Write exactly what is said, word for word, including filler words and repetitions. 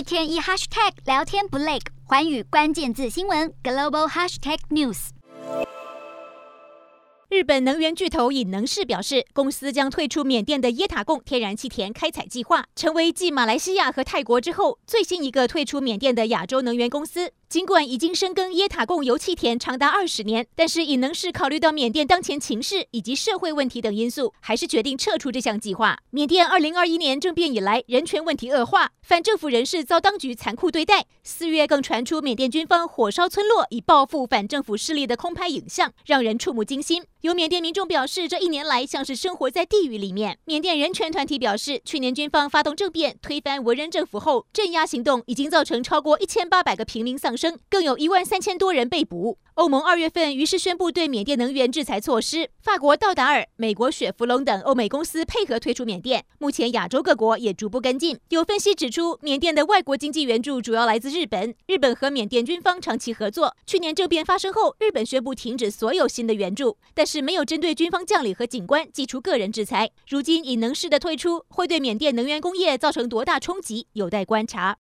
天一 hashtag 聊天不累，寰宇关键字新闻 global hashtag news。 日本能源巨头尹能势表示，公司将退出缅甸的耶塔贡天然气田开采计划，成为继马来西亚和泰国之后最新一个退出缅甸的亚洲能源公司。尽管已经深耕耶塔贡油气田长达二十年，但是尹能势考虑到缅甸当前情势以及社会问题等因素，还是决定撤出这项计划。缅甸二零二一年政变以来，人权问题恶化，反政府人士遭当局残酷对待。四月更传出缅甸军方火烧村落以报复反政府势力的空拍影像，让人触目惊心。有缅甸民众表示，这一年来像是生活在地狱里面。缅甸人权团体表示，去年军方发动政变，推翻文人政府后，镇压行动已经造成超过一千八百个平民丧生，更有一万三千多人被捕。欧盟二月份于是宣布对缅甸能源制裁措施，法国道达尔、美国雪佛龙等欧美公司配合退出缅甸。目前亚洲各国也逐步跟进。有分析指出，缅甸的外国经济援助主要来自日本，日本和缅甸军方长期合作。去年政变发生后，日本宣布停止所有新的援助，但是没有针对军方将领和警官祭出个人制裁。如今尹能势的退出会对缅甸能源工业造成多大冲击，有待观察。